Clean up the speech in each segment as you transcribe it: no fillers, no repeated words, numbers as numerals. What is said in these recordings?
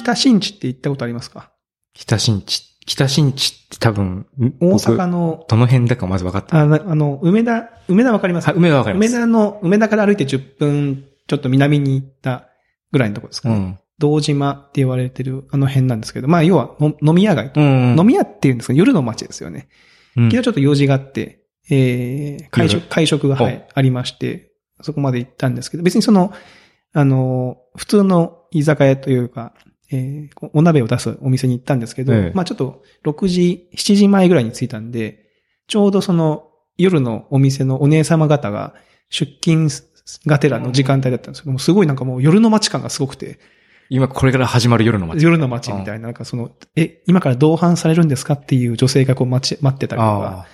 北新地って行ったことありますか？ 北新地って多分、 大阪の、 どの辺だかまず分かった。 梅田わかりますか？ 梅田わかります。 梅田から歩いて10分、ちょっと南に行ったぐらいのところですかね。うん。道島って言われてるあの辺なんですけど、まあ要は飲み屋街と、飲み屋っていうんですか、夜の街ですよね。昨日ちょっと用事があって、会食が、はい、ありまして、そこまで行ったんですけど、別に普通の居酒屋というか、お鍋を出すお店に行ったんですけど、まあちょっと6時、7時前ぐらいに着いたんで、ちょうど夜のお店のお姉様方が出勤がてらの時間帯だったんですけども、すごいなんかもう夜の街感がすごくて、 今これから始まる夜の街。 夜の街みたいな、なんか今から同伴されるんですかっていう女性がこう待ってたりとか、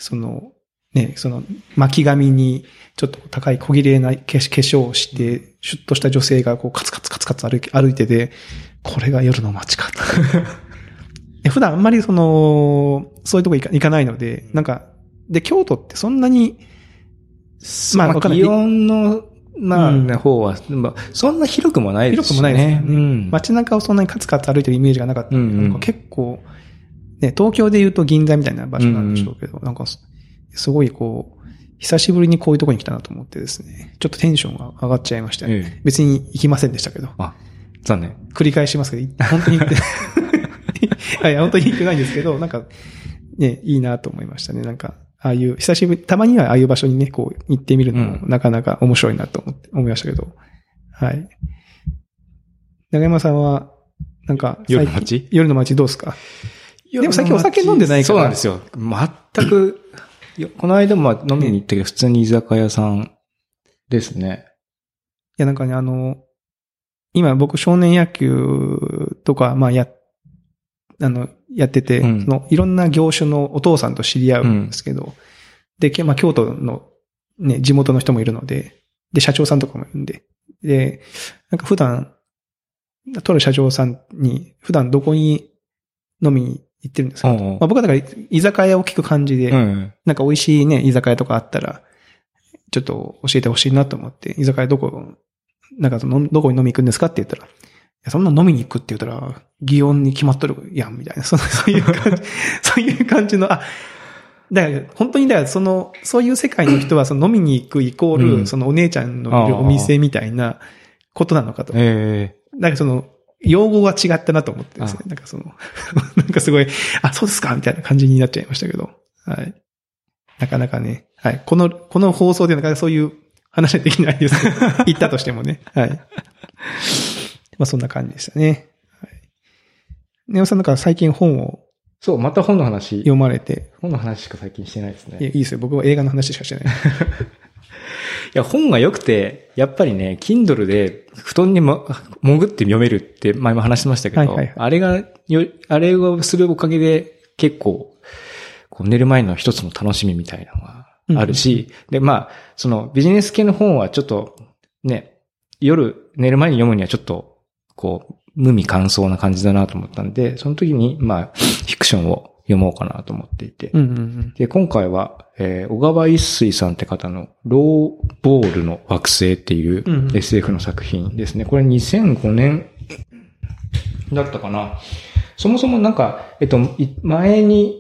巻き髪にちょっと高い小綺麗な化粧をして、シュッとした女性がこうカツカツ歩いてて、これが夜の街か。普段あんまりそういうとこ行かないので、なんか、で、京都ってそんなに、 まあ、祇園の、方は、そんな広くもないですしね。 広くもないですね。街中をそんなにカツカツ歩いてるイメージがなかったので、結構、ね、東京で言うと銀座みたいな場所なんでしょうけど、なんか、すごいこう、久しぶりにこういうとこに来たなと思ってですね、ちょっとテンションが上がっちゃいましたね。別に行きませんでしたけど。 残念。 繰り返しますけど、本当に行って、はい、本当に行ってないんですけど、なんか、ね、いいなと思いましたね。なんか、ああいう、たまにはああいう場所にね、こう、行ってみるのも、なかなか面白いなと思いましたけど、はい。長山さんは、なんか、夜の街どうですか？でも最近お酒飲んでないから。 そうなんですよ。全く、この間も飲みに行ったけど、普通に居酒屋さんですね。 いや、なんかね、今僕少年野球とか、まあやってて、いろんな業種のお父さんと知り合うんですけど、で、まあ京都のね、地元の人もいるので、で、社長さんとかもいるんで、で、なんか普段、とある社長さんに、普段どこに飲みに行ってるんですか？まあ僕はだから居酒屋を聞く感じで、なんか美味しいね、居酒屋とかあったら、ちょっと教えてほしいなと思って、居酒屋どこに飲み行くんですかって言ったら、いや、そんな飲みに行くって言ったら、祇園に決まっとるやん、みたいな。そういう感じの、だから本当にそういう世界の人は飲みに行くイコール、お姉ちゃんのいるお店みたいなことなのかと。だから用語は違ったなと思ってですね。なんかなんかすごい、そうですかみたいな感じになっちゃいましたけど。はい。なかなかね、はい。この放送でなかなかそういう話はできないですけど、言ったとしてもね。はい。まあそんな感じでしたね。はい。ネオさんなんか最近本を、 そう、また本の話。 読まれて。 本の話しか最近してないですね。 いいですよ。僕は映画の話しかしてない。 いや、本が良くて、やっぱりね、Kindle で布団に潜って読めるって前も話しましたけど、あれをするおかげで結構、寝る前の一つの楽しみみたいなのがあるし、で、まあ、ビジネス系の本はちょっと、ね、夜寝る前に読むにはちょっと、無味乾燥な感じだなと思ったんで、その時に、まあ、フィクションを読もうかなと思っていて。で、今回は、小川一水さんって方の、ローボールの惑星っていう SF の作品ですね。これ2005年だったかな。そもそもなんか、前に、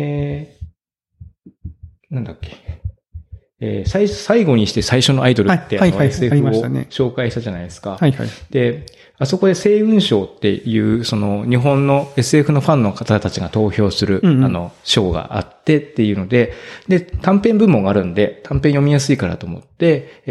なんだっけ。最後にして最初のアイドルって、SF を紹介したじゃないですか。で、あそこで星雲賞っていう、日本の SF のファンの方たちが投票する、賞があってっていうので、で、短編部門があるんで、短編読みやすいからと思って、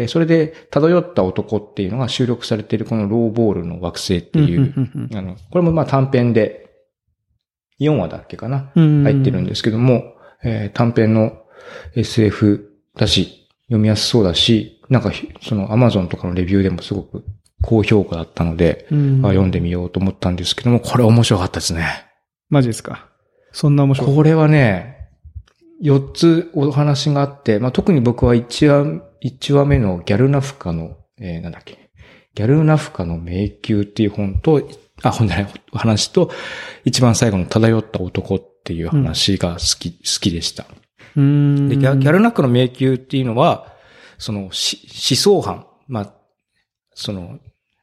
それで、漂った男っていうのが収録されているこのローボールの惑星っていう、これもまあ短編で、4話だっけかな、入ってるんですけども、短編の SF だし、読みやすそうだし、なんか、Amazon とかのレビューでもすごく高評価だったので、読んでみようと思ったんですけども、これ面白かったですね。 マジですか？そんな面白い？ これはね、4つお話があって、まあ、特に僕は1話目のギャルナフカの、なんだっけ、ギャルナフカの迷宮っていう本と、本じゃない、話と、一番最後の漂った男っていう話が好きでした。で、ギャルナフカの迷宮っていうのは、思想犯、まあ、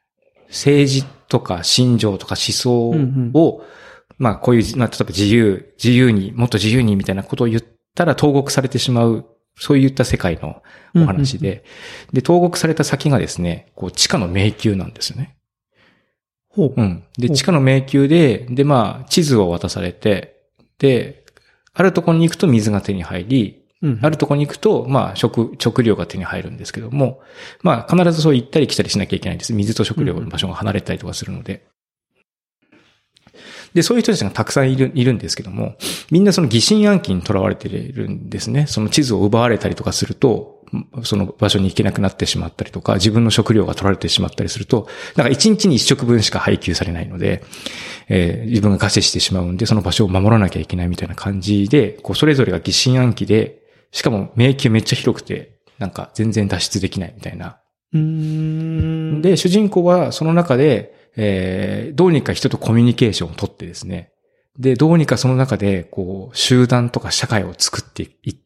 政治とか信条とか思想を、まあこういう、まあ例えば自由に、もっと自由にみたいなことを言ったら投獄されてしまう、そういった世界のお話で、で、投獄された先がですね、こう地下の迷宮なんですよね。で、地下の迷宮で、まあ地図を渡されて、で、あるところに行くと水が手に入り、あるところに行くと、まあ食料が手に入るんですけども、まあ必ずそう行ったり来たりしなきゃいけないんです。水と食料の場所が離れたりとかするので。で、そういう人たちがたくさんいるんですけども、みんなその疑心暗鬼にとらわれているんですね。その地図を奪われたりとかすると、その場所に行けなくなってしまったりとか、自分の食料が取られてしまったりすると、なんか1日に1食分しか配給されないので、自分が餓死してしまうんで、その場所を守らなきゃいけないみたいな感じで、こうそれぞれが疑心暗鬼で、しかも迷宮めっちゃ広くて、なんか全然脱出できないみたいな。で、主人公はその中で、どうにか人とコミュニケーションを取ってですね。で、どうにかその中で、こう、集団とか社会を作っていって、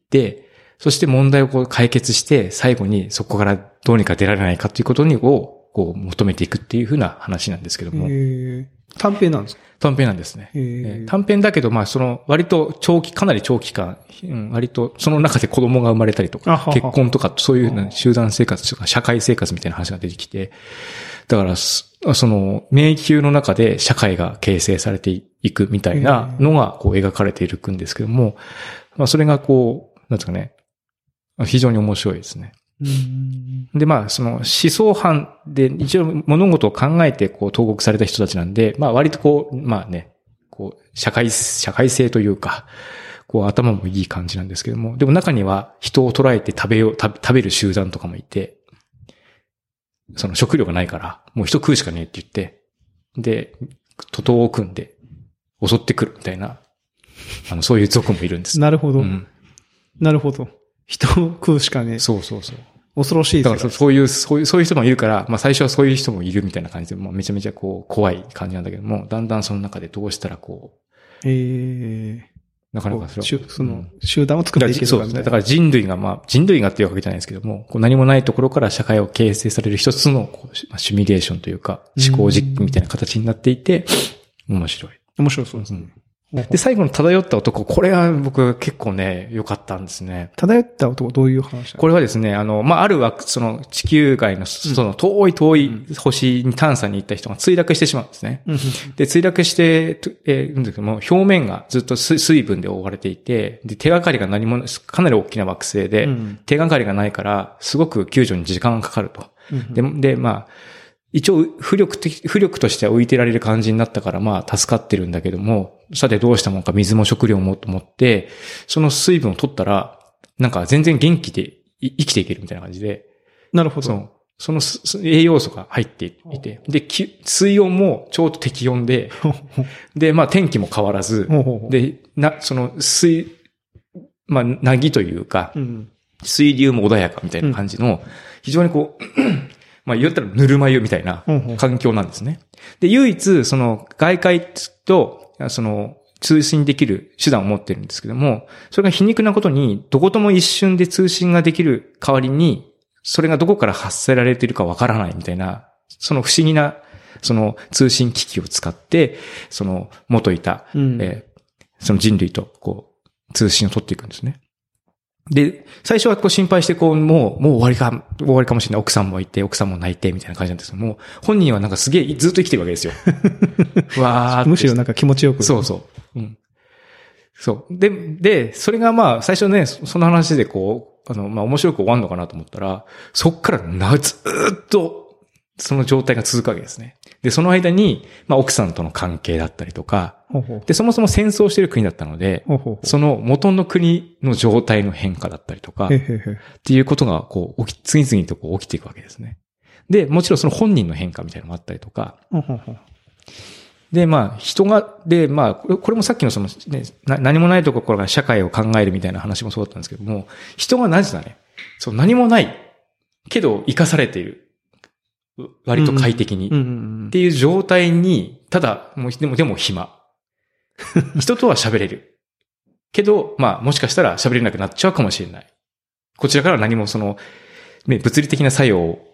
そして問題をこう解決して、最後にそこからどうにか出られないかということを、こう、求めていくっていうふうな話なんですけども。 短編なんですか？ 短編なんですね。短編だけど、まあ、その、割とかなり長期間、割と、その中で子供が生まれたりとか、結婚とか、そういう集団生活とか、社会生活みたいな話が出てきて、だから、その、迷宮の中で社会が形成されていくみたいなのが、こう、描かれているんですけども、まあ、それがこう、なんですかね、非常に面白いですね。で、まあ、その思想犯で一応物事を考えてこう投獄された人たちなんで、まあ割とこう、まあね、こう、社会性というか、こう頭もいい感じなんですけども、でも中には人を捕らえて食べる集団とかもいて、その食料がないから、もう人食うしかねえって言って、で、徒党を組んで襲ってくるみたいな、そういう族もいるんです。 なるほど。なるほど。人を食うしかねえ。 そうそうそう。 恐ろしいです。 だからそういう人もいるから、まあ最初はそういう人もいるみたいな感じで、もうめちゃめちゃこう怖い感じなんだけども、だんだんその中でどうしたらこう、なかなかその集団を作っていけるかみたいな。 そう、だから人類がっていうわけじゃないですけども、こう何もないところから社会を形成される一つのこうシミュレーションというか、思考実験みたいな形になっていて、面白い。 面白そうですね。 で、最後の漂った男、これは僕結構ね、良かったんですね。 漂った男、どういう話？ これはですね、まあ、あるその地球外の、その遠い星に探査に行った人が墜落してしまうんですね。で、墜落して、表面がずっと水分で覆われていて、で、手がかりが何も、かなり大きな惑星で、手がかりがないから、すごく救助に時間がかかると。で、まあ、一応、浮力としては浮いてられる感じになったから、まあ、助かってるんだけども、さてどうしたもんか、水も食料もと思って、その水分を取ったら、なんか全然元気で生きていけるみたいな感じで。 なるほど。 その栄養素が入っていて、で、水温もちょうど適温で、で、まあ天気も変わらず、で、そのまあ、なぎというか、水流も穏やかみたいな感じの、非常にこう、まあ言ったらぬるま湯みたいな環境なんですね。で、唯一、その外界と、その通信できる手段を持ってるんですけども、それが皮肉なことに、どことも一瞬で通信ができる代わりに、それがどこから発せられているかわからないみたいな、その不思議な、その通信機器を使って、その元いた、その人類とこう、通信を取っていくんですね。で、最初はこう心配してこう、もう終わりかもしれない。奥さんもいて、奥さんも泣いて、みたいな感じなんですけども、本人はなんかすげえずっと生きてるわけですよ。わーって。 むしろなんか気持ちよく。 そうそう。そう。で、それがまあ、最初ね、その話でこう、まあ面白く終わんのかなと思ったら、そっからずーっと、その状態が続くわけですね。で、その間に、まあ奥さんとの関係だったりとか、で、そもそも戦争してる国だったので、その元の国の状態の変化だったりとか、っていうことがこう、次々とこう起きていくわけですね。で、もちろんその本人の変化みたいなのもあったりとか、で、まあ、人が、で、まあ、これもさっきのその、ね、何もないところから社会を考えるみたいな話もそうだったんですけども、人が何だね、そう、何もないけど生かされている。割と快適に。っていう状態に、ただ、でも暇。人とは喋れる。けど、まあ、もしかしたら喋れなくなっちゃうかもしれない。こちらから何もその、物理的な作用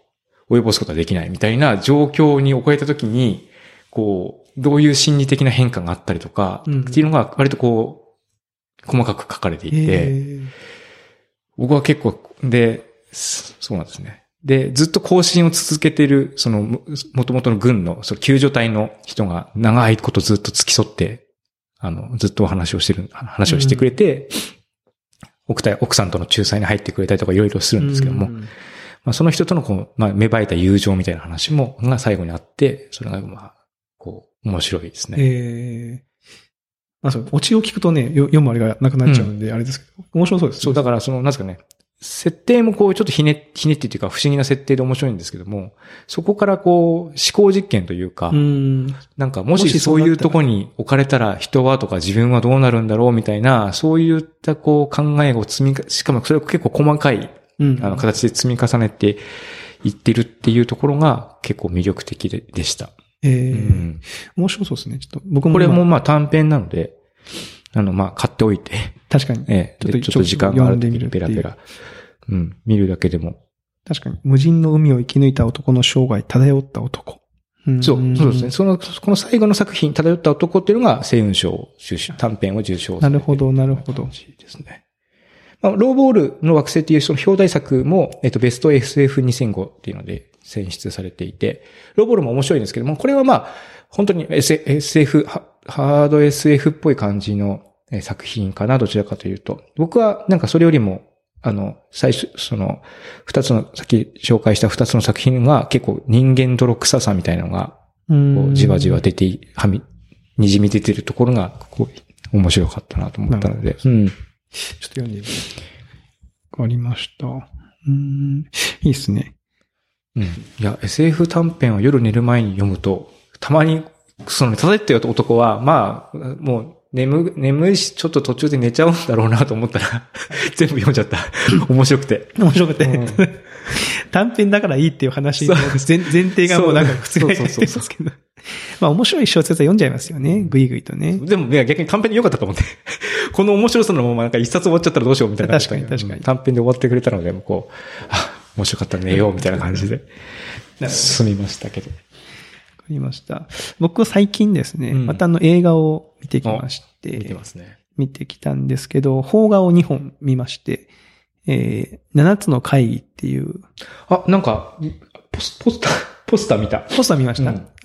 及ぼすことはできないみたいな状況に置かれたときに、こう、どういう心理的な変化があったりとか、っていうのが割とこう、細かく書かれていて、僕は結構、で、そうなんですね。で、ずっと更新を続けている、その、元々の軍の、その救助隊の人が長いことずっと付き添って、ずっと話をしてくれて、奥さんとの仲裁に入ってくれたりとかいろいろするんですけども、まあ、その人とのこう、まあ、芽生えた友情みたいな話が最後にあって、それがまあ、こう、面白いですね。 まあそう、オチを聞くとね、読むあれがなくなっちゃうんで、あれですけど、面白そうですね。 そう、だからなんですかね、設定もこう、ちょっとひねってっていうか、不思議な設定で面白いんですけども、そこからこう、思考実験というか、なんかもしそういうとこに置かれたら人はとか自分はどうなるんだろうみたいな、そういったこう考えをしかもそれを結構細かい、形で積み重ねていってるっていうところが結構魅力的でした。 面白そうですね。ちょっと僕も。 これもまあ短編なので、まあ買っておいて。 確かに。 ちょっと時間があるんでペラペラ。見るだけでも。 確かに。無人の海を生き抜いた男の生涯、漂った男。 そうですね。この最後の作品、漂った男っていうのが、星雲賞短編を受賞なるほど、なるほど。 ですね。ローボールの惑星っていうその表題作も、ベスト SF2005 っていうので選出されていて、ローボールも面白いんですけども、これはまあ、本当に SF、ハード SF っぽい感じの作品かな、どちらかというと。僕はなんかそれよりも、最初、さっき紹介した二つの作品が結構人間泥臭さみたいなのが、こうじわじわ出て、にじみ出てるところが、こう、面白かったなと思ったので。 ちょっと読んでみます。わかりました。いいっすね。 いや、SF 短編を夜寝る前に読むと、たまに、漂ってる男は、まあ、もう、眠いし、ちょっと途中で寝ちゃうんだろうなと思ったら、全部読んじゃった。面白くて。 短編だからいいっていう話の前提がもうなんか覆ってますけど。まあ面白い小説は読んじゃいますよね。ぐいぐいとね。 でも逆に短編で良かったと思って。この面白さのままなんか一冊終わっちゃったらどうしようみたいな。 確かに。 短編で終わってくれたので、もうこう、面白かったら寝ようみたいな感じで進みましたけど。 わかりました。僕最近ですね、また映画を見てきまして。 見てますね。 見てきたんですけど、邦画を2本見まして、7つの会議っていう。 なんか、ポスター見た。 ポスター見ました。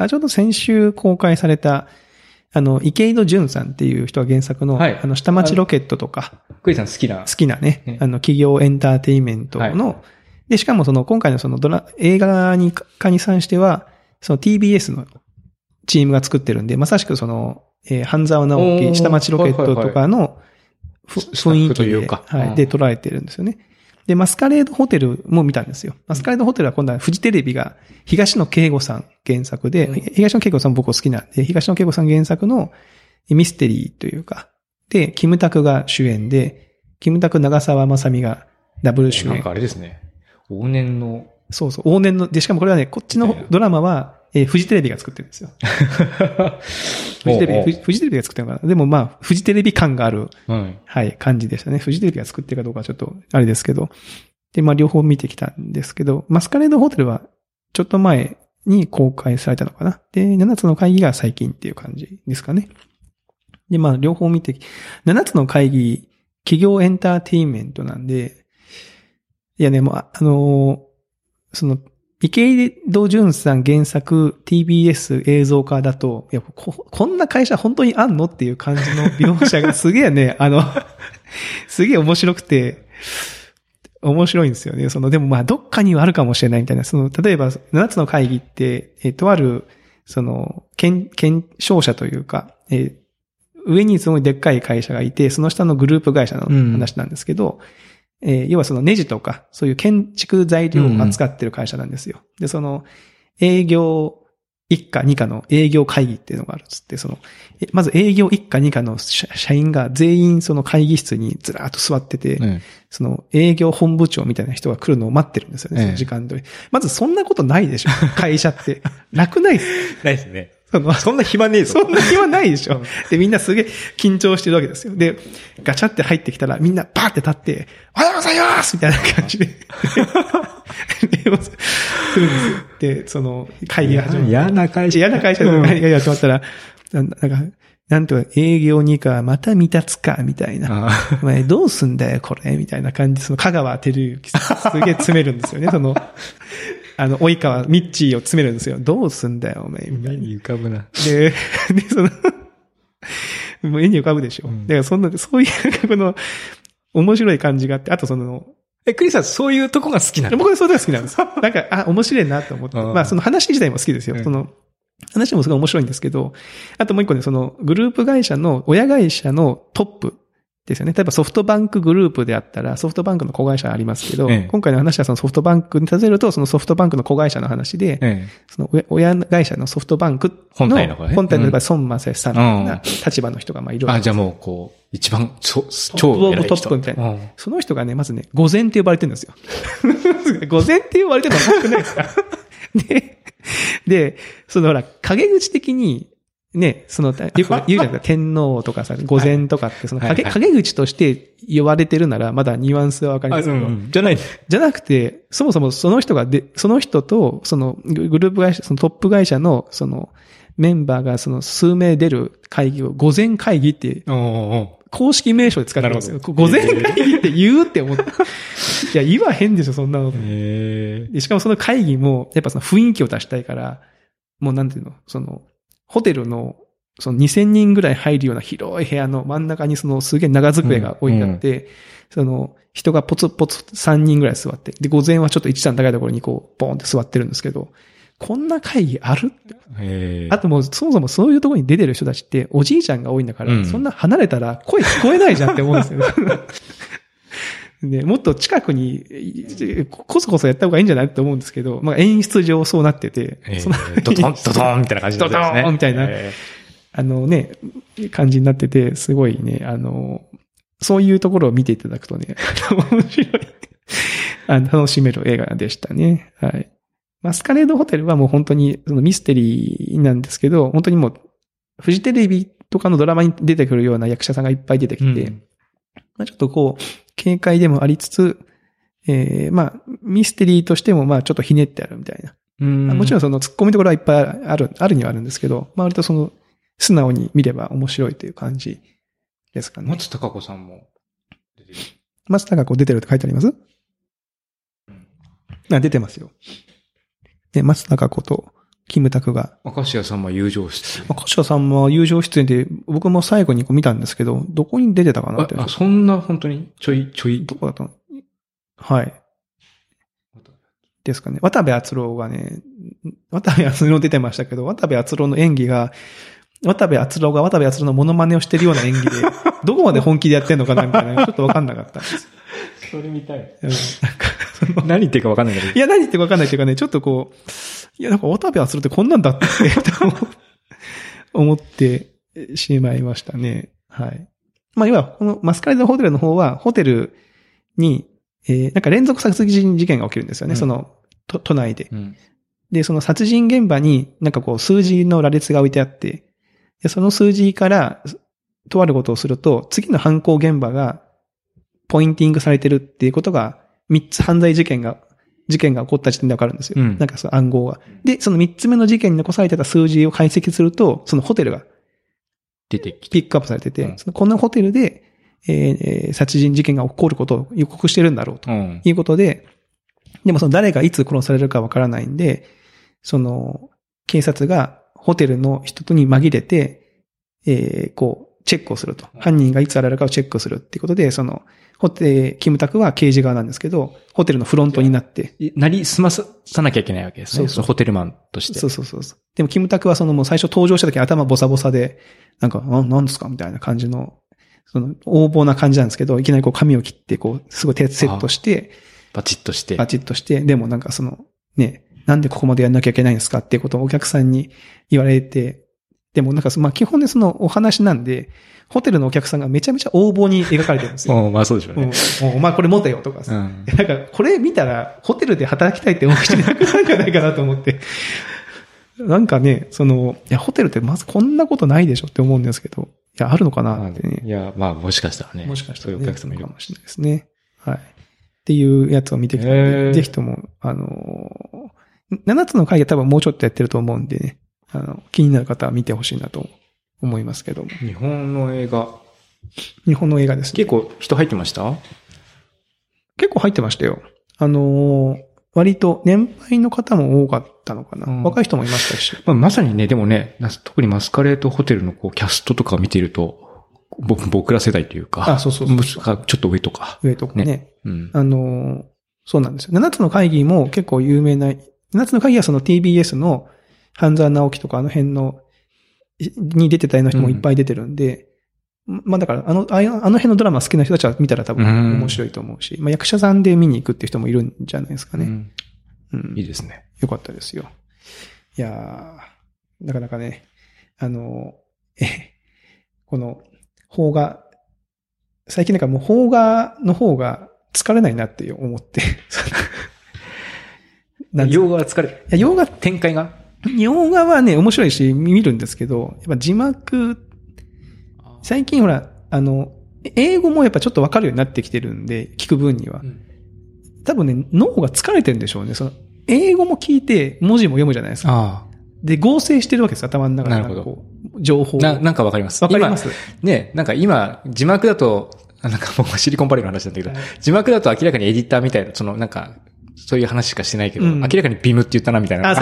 ちょうど先週公開された、池井戸潤さんっていう人が原作の、下町ロケットとか。 クリさん好きなね。企業エンターテイメントの、で、しかも今回の映画に関しては、TBS のチームが作ってるんで、まさしく半沢直樹、下町ロケットとかの雰囲気で、で捉えてるんですよね。で、マスカレードホテルも見たんですよ。マスカレードホテルは今度はフジテレビが東野圭吾さん原作で、東野圭吾さん僕好きなんで、東野圭吾さん原作のミステリーというか、で、キムタクが主演で、キムタク長澤まさみがダブル主演。 なんかあれですね。往年の。 そうそう、往年の、で、しかもこれはね、こっちのドラマは、フジテレビが作ってるんですよ。フジテレビが作ってるのかな。でもまあ、フジテレビ感がある、感じでしたね。フジテレビが作ってるかどうかはちょっと、あれですけど。で、まあ、両方見てきたんですけど、マスカレードホテルは、ちょっと前に公開されたのかな。で、7つの会議が最近っていう感じですかね。で、まあ、両方見て、7つの会議、企業エンターテインメントなんで、いやね、もう、池井戸潤さん原作 TBS 映像化だと、いや、こんな会社本当にあんのっていう感じの描写がすげえね、すげえ面白くて、面白いんですよね。でもまあ、どっかにはあるかもしれないみたいな、例えば、7つの会議って、とある、検証者というか、上にすごいでっかい会社がいて、その下のグループ会社の話なんですけど、要はネジとか、そういう建築材料を扱ってる会社なんですよ。で、営業1課2課の営業会議っていうのがあるっつって、まず営業1課2課の社員が全員会議室にずらーっと座ってて、営業本部長みたいな人が来るのを待ってるんですよね、その時間通り。まずそんなことないでしょ、会社って。楽ないです。 ないですね。 そんな暇ねえぞ。 そんな暇ないでしょ。で、みんなすげえ緊張してるわけですよ。で、ガチャって入ってきたらみんなバーって立って、おはようございますみたいな感じで。するんですよ。で、会議が始まる。 嫌な会社。 嫌な会社の会議が始まったら、なんとか営業2課また未達か、みたいな。お前どうすんだよ、これみたいな感じで、香川照之さんすげえ詰めるんですよね、及川ミッチーを詰めるんですよ。どうすんだよ、お前。みたいな。 目に浮かぶな。 で、もう絵に浮かぶでしょ。だからそういう面白い感じがあって、あとクリスさんそういうとこが好きなの？ 僕はそういうとこが好きなんです。なんか、面白いなと思って。まあ、話自体も好きですよ。話もすごい面白いんですけど、あともう一個ね、グループ会社の、親会社のトップですよね。例えばソフトバンクグループであったら、ソフトバンクの子会社ありますけど、今回の話はソフトバンクに例えると、ソフトバンクの子会社の話で、親会社のソフトバンクの本体の孫正さんみたいな立場の人がいる。 じゃあもう一番超偉い人トップみたいな。その人がね、まずね、午前って呼ばれてるんですよ。午前って呼ばれてるのはおかしくないですか？で、陰口的に、ね、よく言うじゃないですか、天皇とかさ、午前とかって、陰口として言われてるなら、まだニュアンスはわかりますけど、じゃなくて、そもそもその人と、グループ会社、トップ会社の、メンバーが数名出る会議を午前会議って、公式名称で使ってるんですよ。午前会議って言うって思って。いや、言わへんでしょ、そんなの。でしかもその会議も、やっぱ雰囲気を出したいから、もうなんていうの、ホテルの、2000人ぐらい入るような広い部屋の真ん中にすげえ長机が置いてあって、人がポツポツ3人ぐらい座って、で、午前はちょっと一段高いところにボーンって座ってるんですけど、こんな会議あるって。あともう、そもそもそういうところに出てる人たちって、おじいちゃんが多いんだから、そんな離れたら声聞こえないじゃんって思うんですよ。で、もっと近くに、こそこそやった方がいいんじゃないって思うんですけど、まあ演出上そうなってて、 ドトンみたいな感じですね。 ドトンみたいな、感じになってて、すごいね、そういうところを見ていただくとね、面白い、楽しめる映画でしたね。はい。マスカレードホテルはもう本当にミステリーなんですけど、本当にもう、フジテレビとかのドラマに出てくるような役者さんがいっぱい出てきて、まあちょっと軽快でもありつつ、まあ、ミステリーとしてもまあちょっとひねってあるみたいな。もちろん突っ込みどころはいっぱいあるにはあるんですけど、まあ割と素直に見れば面白いという感じですかね。 松たか子さんも出てる。 松たか子出てるって書いてあります？出てますよ。で、松たか子とキムタクが。 明石家さんま友情出演。 明石家さんま友情出演で、僕も最後に見たんですけど、どこに出てたかなって。 そんな本当にちょい。 どこだったの？はい。ですかね。渡部篤郎がね、渡部篤郎出てましたけど、渡部篤郎の演技が、渡部篤郎が渡部篤郎のモノマネをしてるような演技で、どこまで本気でやってんのかなみたいな、ちょっとわかんなかったんです。 それ見たい。何言ってるかわかんないけど。 いや、何言ってるかわかんないっていうかね、ちょっといや、なんか渡部篤郎ってこんなんだって思ってしまいましたね。はい。まあ、要は、このマスカレードホテルの方は、ホテルに、なんか連続殺人事件が起きるんですよね、都内で。で、その殺人現場になんか数字の羅列が置いてあって、でその数字からとあることをすると、次の犯行現場がポインティングされてるっていうことが、3つ犯罪事件が起こった時点でわかるんですよ。なんかその暗号が。で、その3つ目の事件に残されてた数字を解析すると、そのホテルが出てきてピックアップされてて、このホテルで、殺人事件が起こることを予告してるんだろうということで、でも誰がいつ殺されるかわからないんで、警察がホテルの人に紛れて、チェックをすると。犯人がいつ現れるかをチェックするっていうことで、キムタクは刑事側なんですけど、ホテルのフロントになって。 なりすまさなきゃいけないわけですね。ホテルマンとして。 そう。でもキムタクはもう最初登場した時に頭ボサボサで、なんか、何ですかみたいな感じの、横暴な感じなんですけど、いきなり髪を切って、すごい手セットして、 バチッとして、でもなんかね、なんでここまでやんなきゃいけないんですかっていうことをお客さんに言われて、でもなんかまあ基本でお話なんで、ホテルのお客さんがめちゃめちゃ横暴に描かれてるんですよ。 まあそうでしょうね。 お前これ持てよとかさ。なんかこれ見たらホテルで働きたいって思う人いなくなるんじゃないかなと思って。 なんかね、いや、ホテルってまずこんなことないでしょって思うんですけど、いや、あるのかなってね。 いや、まあ、もしかしたらね。 もしかしたら、 そういうお客様いるかもしれないですね。はい。っていうやつを見てきたので、ぜひとも、7つの会議は多分もうちょっとやってると思うんでね、気になる方は見てほしいなと思いますけども。 日本の映画ですね。 結構人入ってました？ 結構入ってましたよ。割と年配の方も多かったのかな。若い人もいましたし。 まさにね、でもね、特にマスカレートホテルのキャストとかを見ていると、僕ら世代というか、 そう。ちょっと上とか。 上とかね。そうなんですよ。7つの会議も結構有名な、7つの会議はその TBS の半沢直樹とかあの辺に出てたような人もいっぱい出てるんで、まあだから、あの辺のドラマ好きな人たちは見たら多分面白いと思うし、まあ役者さんで見に行くっていう人もいるんじゃないですかね。 いいですね。 よかったですよ。いやー、なかなかね、この、邦画、最近なんかもう邦画の方が疲れないなって思って。 洋画は疲れる。 いや、洋画、 展開が洋画はね、面白いし、見るんですけど、やっぱ字幕、最近ほら、英語もやっぱちょっとわかるようになってきてるんで、聞く分には。多分ね、脳が疲れてるんでしょうね。英語も聞いて、文字も読むじゃないですか。で、合成してるわけです、頭の中で。 なるほど。 情報。 なんかわかります。 わかります。 ね、なんか今、字幕だと、なんかもうシリコンバレーの話なんだけど、字幕だと明らかにエディターみたいな、なんか、そういう話しかしてないけど、明らかにビムって言ったなみたいな。 そう。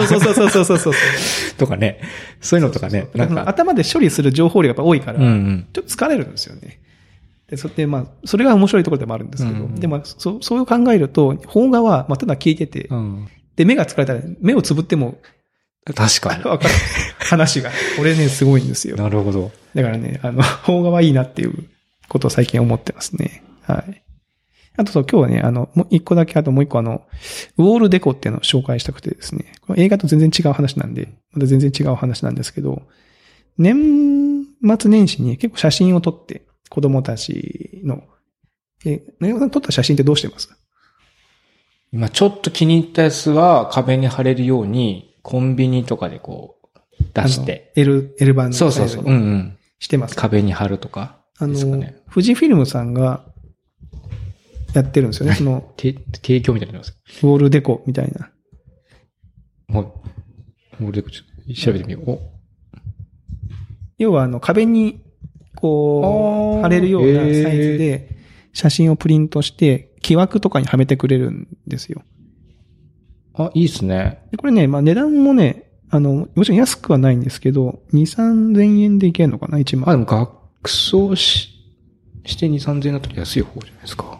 とかね。そういうのとかね。 なんか頭で処理する情報量がやっぱ多いから、ちょっと疲れるんですよね。で、それが面白いところでもあるんですけど、でも、そう考えると、邦画は、ただ聞いてて、で、目が疲れたら、目をつぶっても、 確かに。 わかる。話が。これね、すごいんですよ。 なるほど。 だからね、邦画はいいなっていうことを最近思ってますね。はい。あと今日はね、もう一個だけ、あともう一個ウォールデコっていうのを紹介したくてですね、この映画と全然違う話なんで、また全然違う話なんですけど、年末年始に結構写真を撮って、子供たちの、撮った写真ってどうしてます？ 今ちょっと気に入ったやつは壁に貼れるように、コンビニとかで出して。 L 版の。 そう。 してます。 壁に貼るとか。 富士フィルムさんが、やってるんですよね、 提供みたいなのです。 ウォールデコみたいな。 ウォールデコ、調べてみよう。 要は壁に、貼れるようなサイズで、写真をプリントして、木枠とかにはめてくれるんですよ。 いいっすね。 これね、値段もね、もちろん安くはないんですけど、2、3000円でいけるのかな、1万。 でも額装して2、3000円だったら安い方じゃないですか。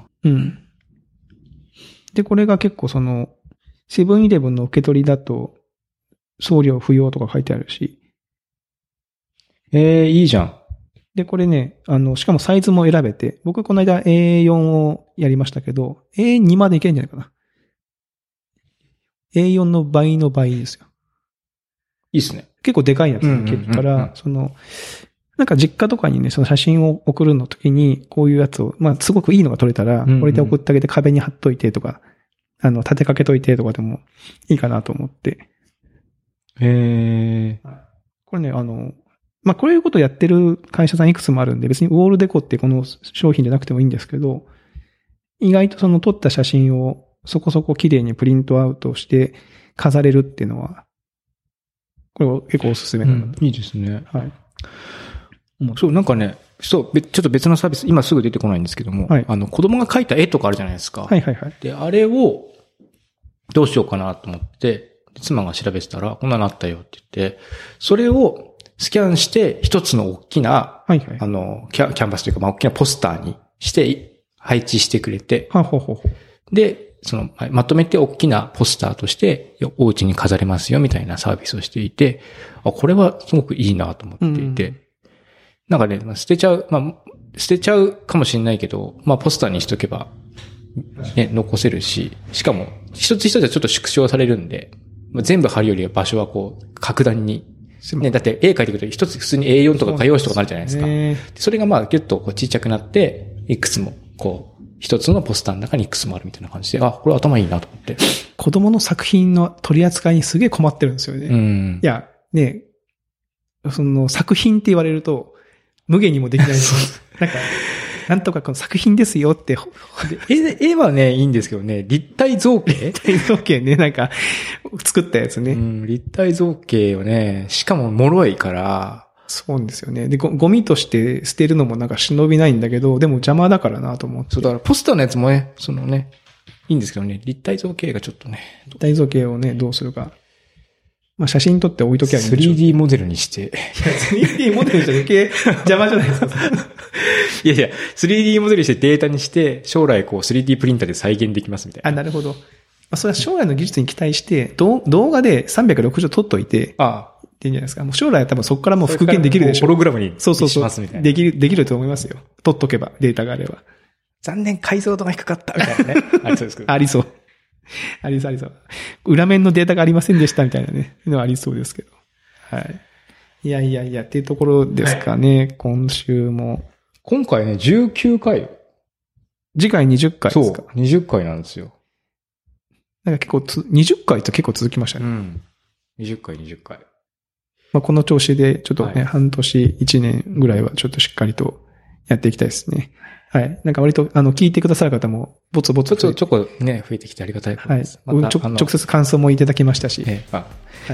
で、これが結構セブンイレブンの受け取りだと、送料不要とか書いてあるし。 いいじゃん。 で、これね、しかもサイズも選べて、僕この間 A4 をやりましたけど、A2 までいけるんじゃないかな。A4 の倍の倍ですよ。 いいっすね。 結構でかいやつね、結構から、なんか実家とかにね、その写真を送るの時に、こういうやつを、すごくいいのが撮れたら、これで送ってあげて壁に貼っといてとか、立てかけといてとかでもいいかなと思って。これね、こういうことをやってる会社さんいくつもあるんで、別にウォールデコってこの商品じゃなくてもいいんですけど、意外と撮った写真をそこそこ綺麗にプリントアウトして飾れるっていうのは、これ結構おすすめなので、 いいですね。 はい。 そう、なんかね、ちょっと別のサービス、今すぐ出てこないんですけども、子供が描いた絵とかあるじゃないですか。で、あれを、どうしようかなと思って、妻が調べてたら、こんなのあったよって言って、それをスキャンして、一つの大きな、キャンバスというか、大きなポスターにして、配置してくれて、で、まとめて大きなポスターとして、お家に飾れますよみたいなサービスをしていて、これはすごくいいなと思っていて、なんかね、捨てちゃうかもしれないけど、ポスターにしとけば、ね、残せるし、しかも、一つ一つはちょっと縮小されるんで、全部貼るよりは場所は格段に、ね、だって絵描いてくると一つ普通に A4 とか画用紙とかなるじゃないですか。それがギュッとちっちゃくなって、いくつも、 一つのポスターの中にいくつもあるみたいな感じで、あ、これ頭いいなと思って。 子供の作品の取り扱いにすげえ困ってるんですよね。 うん。 いや、ね、その作品って言われると、無限にもできないなんか、なんとかこの作品ですよって。 絵はね、いいんですけどね、立体造形立体造形ね、なんか、作ったやつね。 うん、立体造形をね、しかも脆いから、 そうですよね。で、ゴミとして捨てるのもなんか忍びないんだけど、でも邪魔だからなと思って。 そう、だからポスターのやつもね、そのね、いいんですけどね、立体造形がちょっとね。 立体造形をね、どうするか。まあ写真撮って置いときゃいいんでしょ。 3D モデルにして。いや、 3D モデルにして余計邪魔じゃないですか。 いやいや、3D モデルにしてデータにして、将来こう 3D プリンターで再現できますみたいな。 あ、なるほど。まあ、それは将来の技術に期待して、動画で360撮っといて、っていいんじゃないですか。もう将来は多分そこからもう復元できるでしょ。 ホログラムにしますみたいな。 そう。 できると思いますよ。撮っとけば、データがあれば。 残念、解像度が低かったみたいなね。ありそうですけど。 ありそう。ありそう。裏面のデータがありませんでしたみたいなね。のはありそうですけど。はい。いや、っていうところですかね。はい、今週も。 今回ね、19回。 次回20回ですか。 そう、20回なんですよ。 なんか結構20回と結構続きましたね。 うん。20回。 まあ、この調子で、ちょっとね、はい、半年、1年ぐらいはちょっとしっかりとやっていきたいですね。はい。なんか割と、聞いてくださる方も、ぼつぼつ。 ちょこね、増えてきてありがたいことです。 はい。また直接感想もいただきましたし。 はい。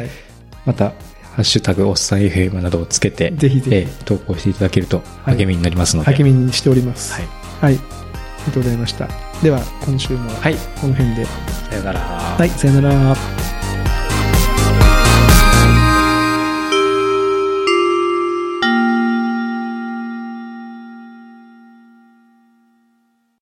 また、ハッシュタグおっさん FM などをつけて、 ぜひ投稿していただけると励みになりますので。 励みにしております。 はい。 はい。ありがとうございました。では、今週も、 はい。 この辺で。 さよなら。 はい、さよなら。